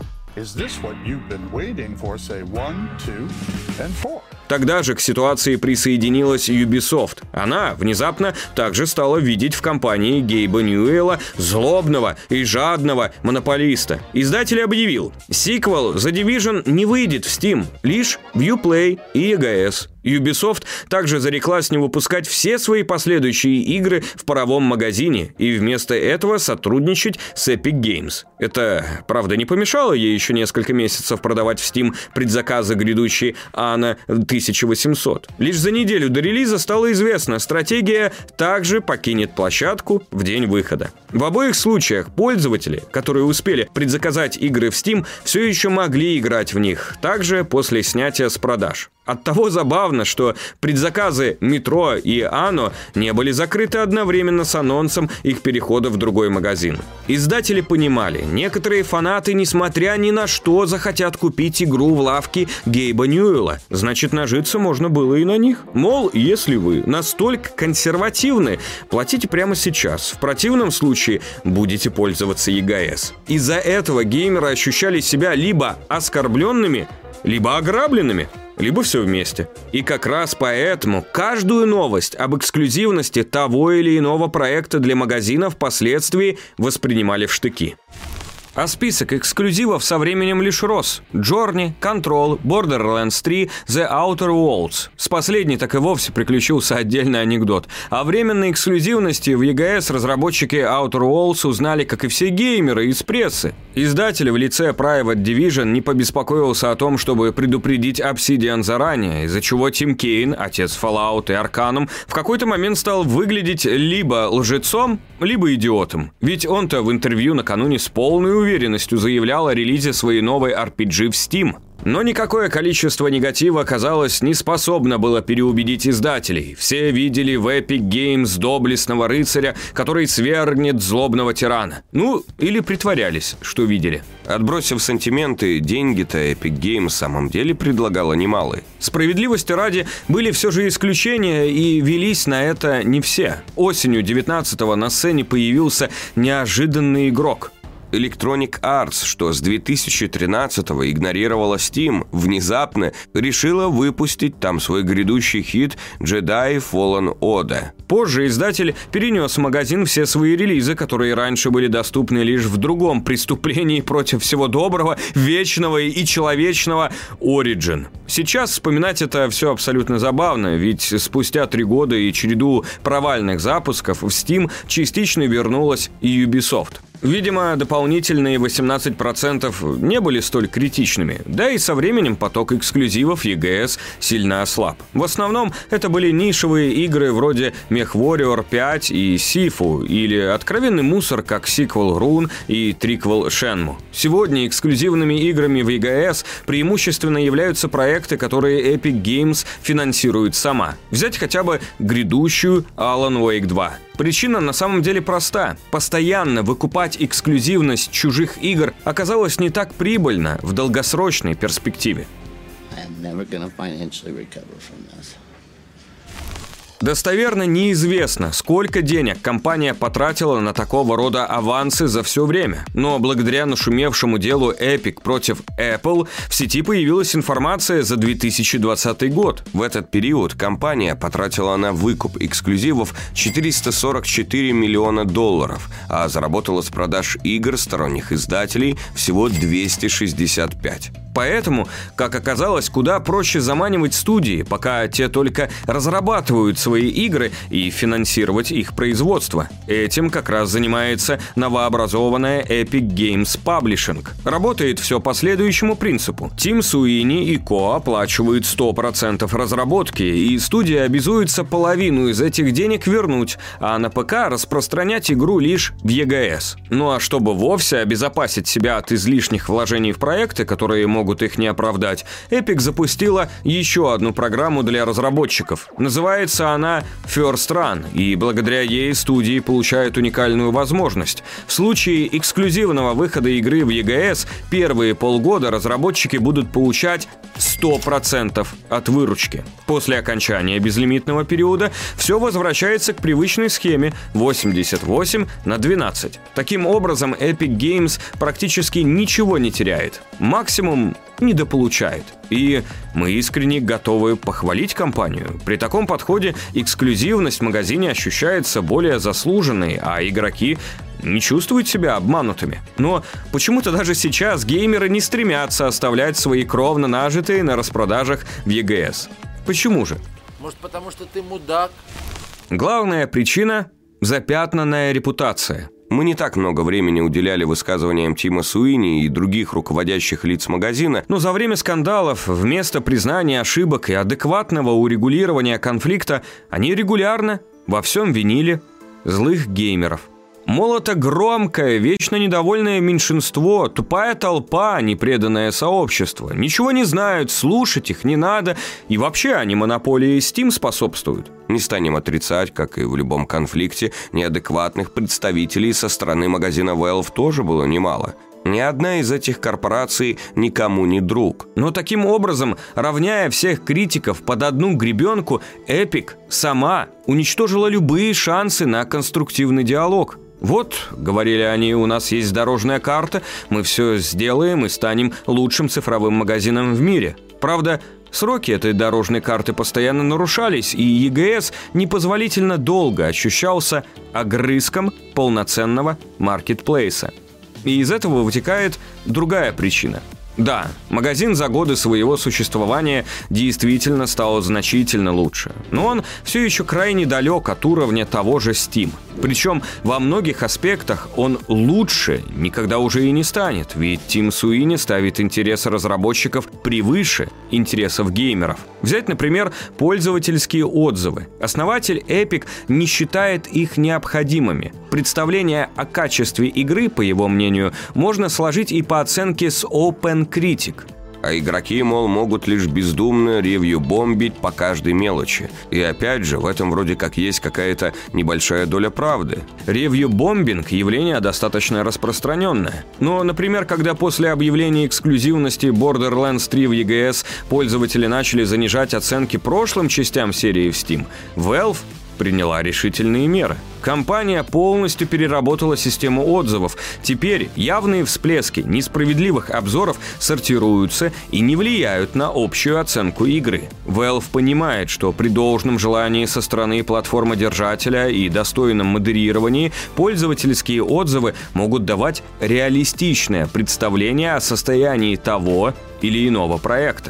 Speaker 1: Тогда же к ситуации присоединилась Ubisoft. Она внезапно также стала видеть в компании Гейба Ньюэлла злобного и жадного монополиста. Издатель объявил, сиквел The Division не выйдет в Steam, лишь в Uplay и и джи эс. Ubisoft также зареклась не выпускать все свои последующие игры в паровом магазине и вместо этого сотрудничать с Epic Games. Это, правда, не помешало ей еще несколько месяцев продавать в Steam предзаказы грядущей Ана тысяча восемьсот. Лишь за неделю до релиза стало известно, стратегия также покинет площадку в день выхода. В обоих случаях пользователи, которые успели предзаказать игры в Steam, все еще могли играть в них, также после снятия с продаж. Оттого забавно, что предзаказы Метро и Ано не были закрыты одновременно с анонсом их перехода в другой магазин. Издатели понимали, некоторые фанаты, несмотря ни на что, захотят купить игру в лавке Гейба Ньюэлла. Значит, нажиться можно было и на них. Мол, если вы настолько консервативны, платите прямо сейчас. В противном случае будете пользоваться и джи эс. Из-за этого геймеры ощущали себя либо оскорбленными, либо ограбленными, либо все вместе. И как раз поэтому каждую новость об эксклюзивности того или иного проекта для магазина впоследствии воспринимали в штыки. А список эксклюзивов со временем лишь рос. Journey, Control, Borderlands три, The Outer Worlds. С последней так и вовсе приключился отдельный анекдот. О временной эксклюзивности в и джи эс разработчики Outer Worlds узнали, как и все геймеры, из прессы. Издатель в лице Private Division не побеспокоился о том, чтобы предупредить Obsidian заранее, из-за чего Тим Кейн, отец Fallout и Arcanum, в какой-то момент стал выглядеть либо лжецом, либо идиотом. Ведь он-то в интервью накануне с полной уверенностью уверенностью заявлял о релизе своей новой ар пи джи в Steam. Но никакое количество негатива, казалось, не способно было переубедить издателей. Все видели в Epic Games доблестного рыцаря, который свергнет злобного тирана. Ну, или притворялись, что видели.
Speaker 5: Отбросив сантименты, деньги-то Epic Games в самом деле предлагала немалые.
Speaker 1: Справедливости ради, были все же исключения, и велись на это не все. Осенью девятнадцатого на сцене появился неожиданный игрок.
Speaker 5: Electronic Arts, что с две тысячи тринадцатого игнорировала Steam, внезапно решила выпустить там свой грядущий хит Jedi Fallen Order.
Speaker 1: Позже издатель перенес в магазин все свои релизы, которые раньше были доступны лишь в другом преступлении против всего доброго, вечного и человечного Origin. Сейчас вспоминать это все абсолютно забавно, ведь спустя три года и череду провальных запусков в Steam частично вернулась и Ubisoft. Видимо, дополнительные восемнадцать процентов не были столь критичными, да и со временем поток эксклюзивов и джи эс сильно ослаб. В основном это были нишевые игры вроде MechWarrior пять и Сифу, или откровенный мусор, как сиквел Rune и триквел Shenmue. Сегодня эксклюзивными играми в и джи эс преимущественно являются проекты, которые Epic Games финансирует сама. Взять хотя бы грядущую Alan Wake два. Причина на самом деле проста. Постоянно выкупать эксклюзивность чужих игр оказалось не так прибыльно в долгосрочной перспективе. Достоверно неизвестно, сколько денег компания потратила на такого рода авансы за все время. Но благодаря нашумевшему делу Epic против Apple в сети появилась информация за две тысячи двадцатый год.
Speaker 5: В этот период компания потратила на выкуп эксклюзивов четыреста сорок четыре миллиона долларов, а заработала с продаж игр сторонних издателей всего двести шестьдесят пять.
Speaker 1: Поэтому, как оказалось, куда проще заманивать студии, пока те только разрабатывают свои игры, и финансировать их производство. Этим как раз занимается новообразованная Epic Games Publishing. Работает все по следующему принципу. Тим Суини и Ко оплачивают сто процентов разработки, и студия обязуется половину из этих денег вернуть, а на ПК распространять игру лишь в и джи эс. Ну а чтобы вовсе обезопасить себя от излишних вложений в проекты, которые могут могут их не оправдать, Epic запустила еще одну программу для разработчиков. Называется она First Run, и благодаря ей студии получают уникальную возможность. В случае эксклюзивного выхода игры в и джи эс первые полгода разработчики будут получать сто процентов от выручки. После окончания безлимитного периода все возвращается к привычной схеме восемьдесят восемь на двенадцать. Таким образом, Epic Games практически ничего не теряет. Максимум недополучает. И мы искренне готовы похвалить компанию. При таком подходе эксклюзивность в магазине ощущается более заслуженной, а игроки не чувствуют себя обманутыми. Но почему-то даже сейчас геймеры не стремятся оставлять свои кровно нажитые на распродажах в и джи эс. Почему же?
Speaker 7: Может, потому что ты мудак?
Speaker 1: Главная причина – запятнанная репутация.
Speaker 5: Мы не так много времени уделяли высказываниям Тима Суини и других руководящих лиц магазина,
Speaker 1: но за время скандалов, вместо признания ошибок и адекватного урегулирования конфликта, они регулярно во всем винили злых геймеров. Мол, это громкое, вечно недовольное меньшинство, тупая толпа, непреданное сообщество. Ничего не знают, слушать их не надо, и вообще они монополии Steam способствуют.
Speaker 5: Не станем отрицать, как и в любом конфликте, неадекватных представителей со стороны магазина Valve тоже было немало. Ни одна из этих корпораций никому не друг.
Speaker 1: Но таким образом, равняя всех критиков под одну гребенку, Epic сама уничтожила любые шансы на конструктивный диалог. Вот, говорили они, у нас есть дорожная карта, мы все сделаем и станем лучшим цифровым магазином в мире. Правда, сроки этой дорожной карты постоянно нарушались, и и джи эс непозволительно долго ощущался огрызком полноценного маркетплейса. И из этого вытекает другая причина. Да, магазин за годы своего существования действительно стал значительно лучше, но он все еще крайне далек от уровня того же Steam. Причем во многих аспектах он лучше никогда уже и не станет, ведь Тим Суини ставит интересы разработчиков превыше интересов геймеров. Взять, например, пользовательские отзывы. Основатель Epic не считает их необходимыми. Представление о качестве игры, по его мнению, можно сложить и по оценке с OpenCritic.
Speaker 5: А игроки, мол, могут лишь бездумно ревью-бомбить по каждой мелочи. И опять же, в этом вроде как есть какая-то небольшая доля правды.
Speaker 1: Ревью-бомбинг – явление достаточно распространенное. Но, например, когда после объявления эксклюзивности Borderlands три в и джи эс пользователи начали занижать оценки прошлым частям серии в Steam, Valve приняла решительные меры. Компания полностью переработала систему отзывов. Теперь явные всплески несправедливых обзоров сортируются и не влияют на общую оценку игры. Valve понимает, что при должном желании со стороны платформодержателя и достойном модерировании пользовательские отзывы могут давать реалистичное представление о состоянии того или иного проекта.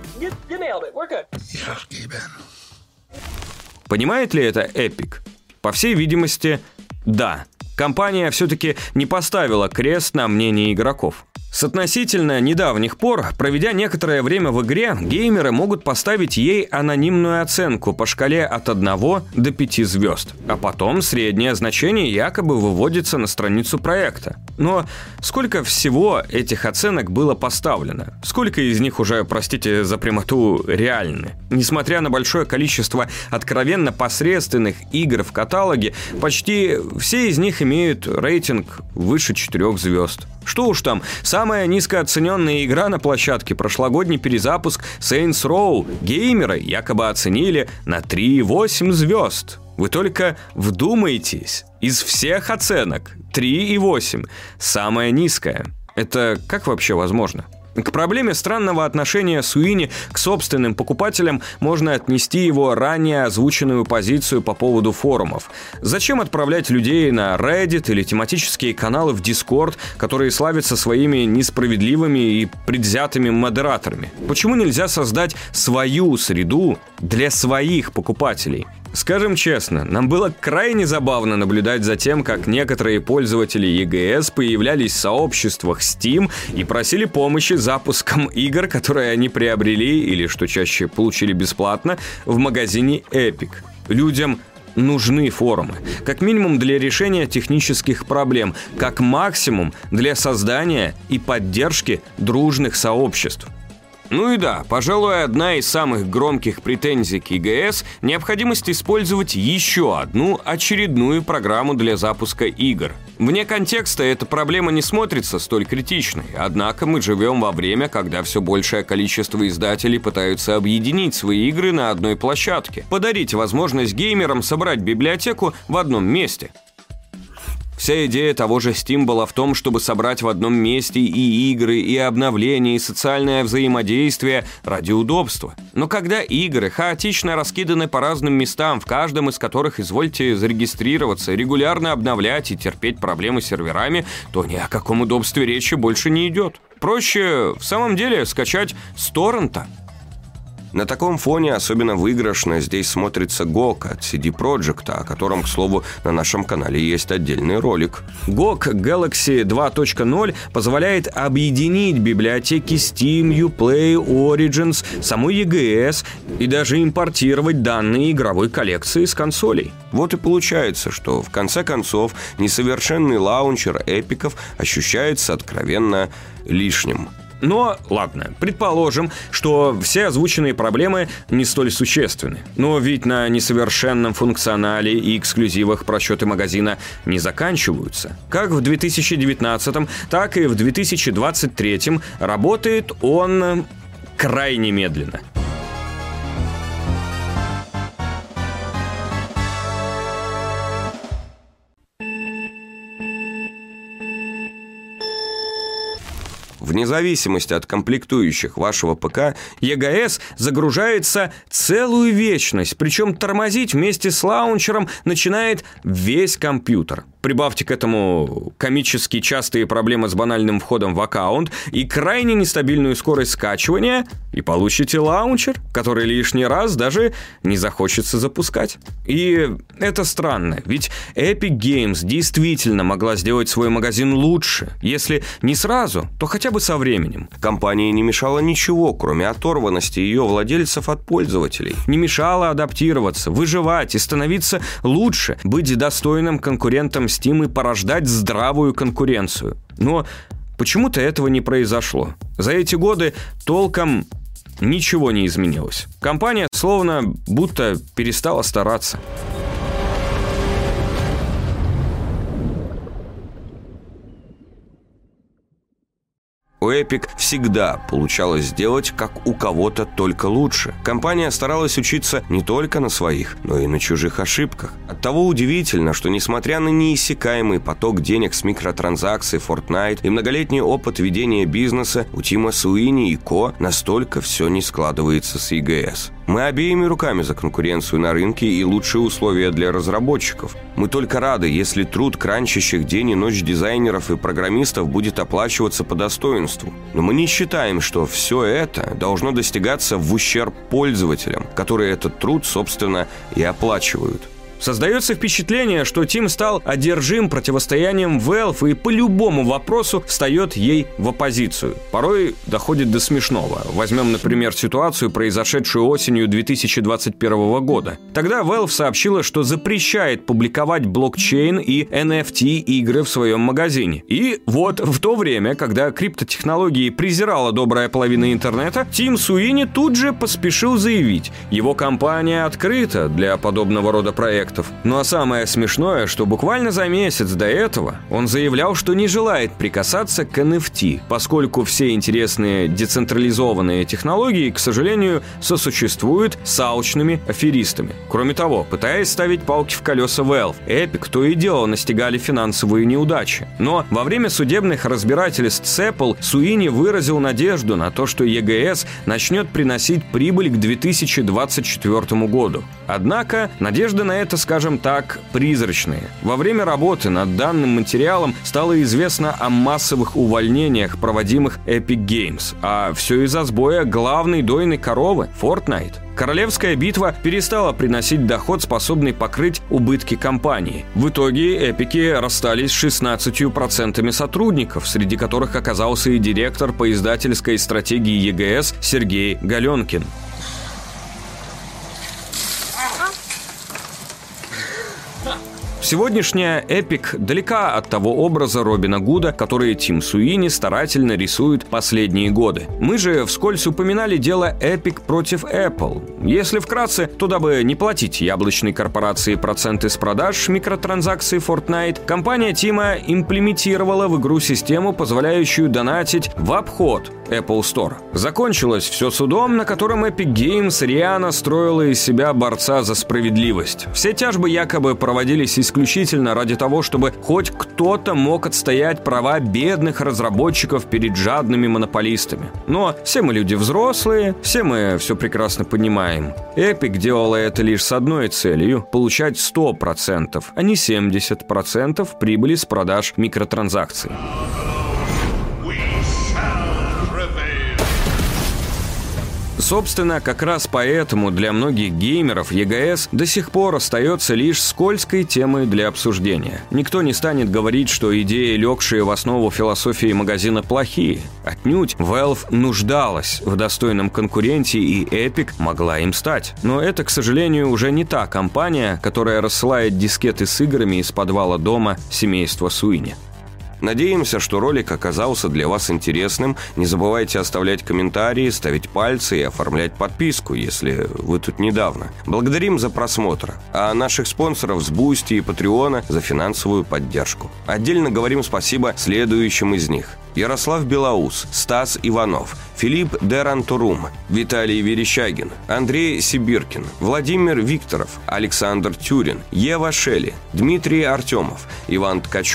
Speaker 1: Понимает ли это Epic? По всей видимости, да. Компания все-таки не поставила крест на мнение игроков. С относительно недавних пор, проведя некоторое время в игре, геймеры могут поставить ей анонимную оценку по шкале от одного до пяти звезд, а потом среднее значение якобы выводится на страницу проекта. Но сколько всего этих оценок было поставлено? Сколько из них уже, простите за прямоту, реальны? Несмотря на большое количество откровенно посредственных игр в каталоге, почти все из них имеют рейтинг выше четырех звезд. Что уж там, самая низкооцененная игра на площадке, прошлогодний перезапуск Saints Row, геймеры якобы оценили на три и восемь звезд. Вы только вдумайтесь, из всех оценок три и восемь самая низкая. Это как вообще возможно? К проблеме странного отношения Суини к собственным покупателям можно отнести его ранее озвученную позицию по поводу форумов. Зачем отправлять людей на Reddit или тематические каналы в Discord, которые славятся своими несправедливыми и предвзятыми модераторами? Почему нельзя создать свою среду для своих покупателей? Скажем честно, нам было крайне забавно наблюдать за тем, как некоторые пользователи и джи эс появлялись в сообществах Steam и просили помощи с запуском игр, которые они приобрели или, что чаще, получили бесплатно в магазине Epic. Людям нужны форумы, как минимум для решения технических проблем, как максимум для создания и поддержки дружных сообществ. Ну и да, пожалуй, одна из самых громких претензий к и джи эс – необходимость использовать еще одну очередную программу для запуска игр. Вне контекста эта проблема не смотрится столь критичной, однако мы живем во время, когда все большее количество издателей пытаются объединить свои игры на одной площадке, подарить возможность геймерам собрать библиотеку в одном месте. Вся идея того же Steam была в том, чтобы собрать в одном месте и игры, и обновления, и социальное взаимодействие ради удобства. Но когда игры хаотично раскиданы по разным местам, в каждом из которых извольте зарегистрироваться, регулярно обновлять и терпеть проблемы с серверами, то ни о каком удобстве речи больше не идет. Проще в самом деле скачать с торрента.
Speaker 5: На таком фоне особенно выигрышно здесь смотрится гог от си ди Projekt, о котором, к слову, на нашем канале есть отдельный ролик.
Speaker 1: гог Galaxy два точка ноль позволяет объединить библиотеки Steam, Uplay, Origins, самой и джи эс и даже импортировать данные игровой коллекции с консолей.
Speaker 5: Вот и получается, что в конце концов несовершенный лаунчер эпиков ощущается откровенно лишним.
Speaker 1: Но, ладно, предположим, что все озвученные проблемы не столь существенны. Но ведь на несовершенном функционале и эксклюзивах просчеты магазина не заканчиваются. Как в две тысячи девятнадцатом, так и в две тысячи двадцать третьем работает он крайне медленно.
Speaker 5: Вне зависимости от комплектующих вашего ПК,
Speaker 1: и джи эс загружается целую вечность, причем тормозить вместе с лаунчером начинает весь компьютер. Прибавьте к этому комически частые проблемы с банальным входом в аккаунт и крайне нестабильную скорость скачивания, и получите лаунчер, который лишний раз даже не захочется запускать. И это странно, ведь Epic Games действительно могла сделать свой магазин лучше. Если не сразу, то хотя бы со временем.
Speaker 5: Компании не мешало ничего, кроме оторванности ее владельцев от пользователей.
Speaker 1: Не мешало адаптироваться, выживать и становиться лучше, быть достойным конкурентом Steam и порождать здравую конкуренцию. Но почему-то этого не произошло. За эти годы толком ничего не изменилось. Компания словно будто перестала стараться.
Speaker 5: У Epic всегда получалось сделать как у кого-то, только лучше. Компания старалась учиться не только на своих, но и на чужих ошибках. Оттого удивительно, что несмотря на неиссякаемый поток денег с микротранзакций Fortnite и многолетний опыт ведения бизнеса, у Тима Суини и Ко настолько все не складывается с и джи эс. Мы обеими руками за конкуренцию на рынке и лучшие условия для разработчиков. Мы только рады, если труд кранчащих день и ночь дизайнеров и программистов будет оплачиваться по достоинству. Но мы не считаем, что все это должно достигаться в ущерб пользователям, которые этот труд, собственно, и оплачивают.
Speaker 1: Создается впечатление, что Тим стал одержим противостоянием Valve и по любому вопросу встает ей в оппозицию. Порой доходит до смешного. Возьмем, например, ситуацию, произошедшую осенью две тысячи двадцать первого года. Тогда Valve сообщила, что запрещает публиковать блокчейн и эн эф ти-игры в своем магазине. И вот в то время, когда криптотехнологии презирала добрая половина интернета, Тим Суини тут же поспешил заявить, его компания открыта для подобного рода проектов. Ну а самое смешное, что буквально за месяц до этого он заявлял, что не желает прикасаться к эн эф ти, поскольку все интересные децентрализованные технологии, к сожалению, сосуществуют с алчными аферистами. Кроме того, пытаясь ставить палки в колеса Valve, Epic то и дело настигали финансовые неудачи. Но во время судебных разбирательств с Apple Суини выразил надежду на то, что и джи эс начнет приносить прибыль к две тысячи двадцать четвёртому году. Однако надежда на это, скажем так, призрачные. Во время работы над данным материалом стало известно о массовых увольнениях, проводимых Epic Games, а все из-за сбоя главной дойной коровы – Fortnite. Королевская битва перестала приносить доход, способный покрыть убытки компании. В итоге эпики расстались с шестнадцатью процентами сотрудников, среди которых оказался и директор по издательской стратегии и джи эс Сергей Галенкин. Сегодняшняя Epic далека от того образа Робина Гуда, который Тим Суини старательно рисует последние годы. Мы же вскользь упоминали дело Epic против Apple. Если вкратце, то дабы не платить яблочной корпорации проценты с продаж микротранзакций Fortnite, компания Тима имплементировала в игру систему, позволяющую донатить в обход Apple Store. Закончилось все судом, на котором Epic Games рьяно строила из себя борца за справедливость. Все тяжбы якобы проводились исключительно ради того, чтобы хоть кто-то мог отстоять права бедных разработчиков перед жадными монополистами. Но все мы люди взрослые, все мы все прекрасно понимаем. Epic делала это лишь с одной целью – получать сто процентов, а не семьдесят процентов прибыли с продаж микротранзакций. Собственно, как раз поэтому для многих геймеров и джи эс до сих пор остается лишь скользкой темой для обсуждения. Никто не станет говорить, что идеи, легшие в основу философии магазина, плохие. Отнюдь, Valve нуждалась в достойном конкуренте, и Epic могла им стать. Но это, к сожалению, уже не та компания, которая рассылает дискеты с играми из подвала дома семейства Суини.
Speaker 5: Надеемся, что ролик оказался для вас интересным. Не забывайте оставлять комментарии, ставить пальцы и оформлять подписку, если вы тут недавно. Благодарим за просмотр, а наших спонсоров с Boosty и Patreon за финансовую поддержку. Отдельно говорим спасибо следующим из них: Ярослав Белоус, Стас Иванов, Филипп Дерантурум, Виталий Верещагин, Андрей Сибиркин, Владимир Викторов, Александр Тюрин, Ева Шелли, Дмитрий Артемов, Иван Ткачев,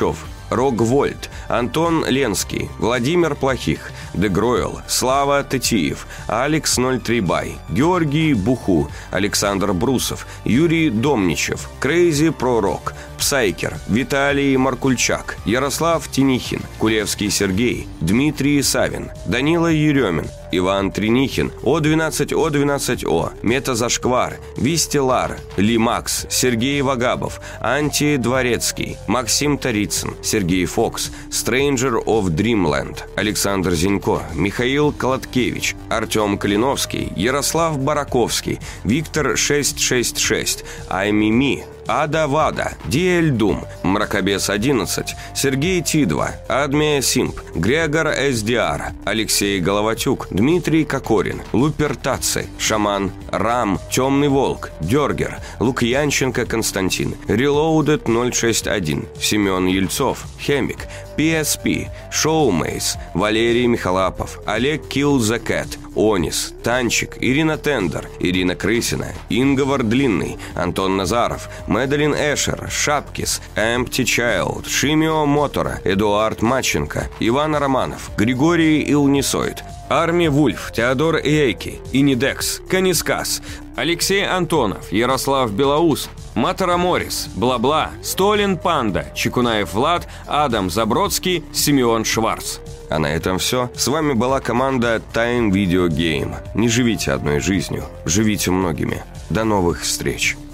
Speaker 5: Рогвольд, Антон Ленский, Владимир Плохих, Дегройл, Слава Тетиев, Алекс ноль три Бай, Георгий Буху, Александр Брусов, Юрий Домничев, Крейзи Пророк, Псайкер, Виталий Маркульчак, Ярослав Тинихин, Кулевский Сергей, Дмитрий Савин, Данила Еремин, Иван Тринихин, О двенадцать О двенадцать О, Метазашквар, Вистелар, Ли Макс, Сергей Вагабов, Анти Дворецкий, Максим Тарицын, Сергей Фокс, Stranger of Dreamland, Александр Зинько, Михаил Колоткевич, Артем Калиновский, Ярослав Бараковский, Виктор шесть шесть шесть, Аймими, Ада Вада, Диэль Дум, Мракобес одиннадцать, Сергей Тидва, Адмия Симп, Грегор Эсдиар, Алексей Головатюк, Дмитрий Кокорин, Лупертаци, Шаман, Рам, Темный Волк, Дергер, Лукьянченко Константин, Reloaded ноль шесть один, Семен Ельцов, Хемик, пи эс пи, Шоумейс, Валерий Михалапов, Олег Kill the Cat, Онис, Танчик, Ирина Тендер, Ирина Крысина, Инговар Длинный, Антон Назаров, Мэдалин Эшер, Шапкис, Empty Child, Шимио Мотора, Эдуард Маченко, Иван Романов, Григорий Илнисоид, Арми Вульф, Теодор Эйки, Инидекс, Канискас, Алексей Антонов, Ярослав Белоус, Матара Морис, Бла-Бла, Столин Панда, Чекунаев Влад, Адам Забродский, Симеон Шварц. А на этом все. С вами была команда Time Video Game. Не живите одной жизнью, живите многими. До новых встреч.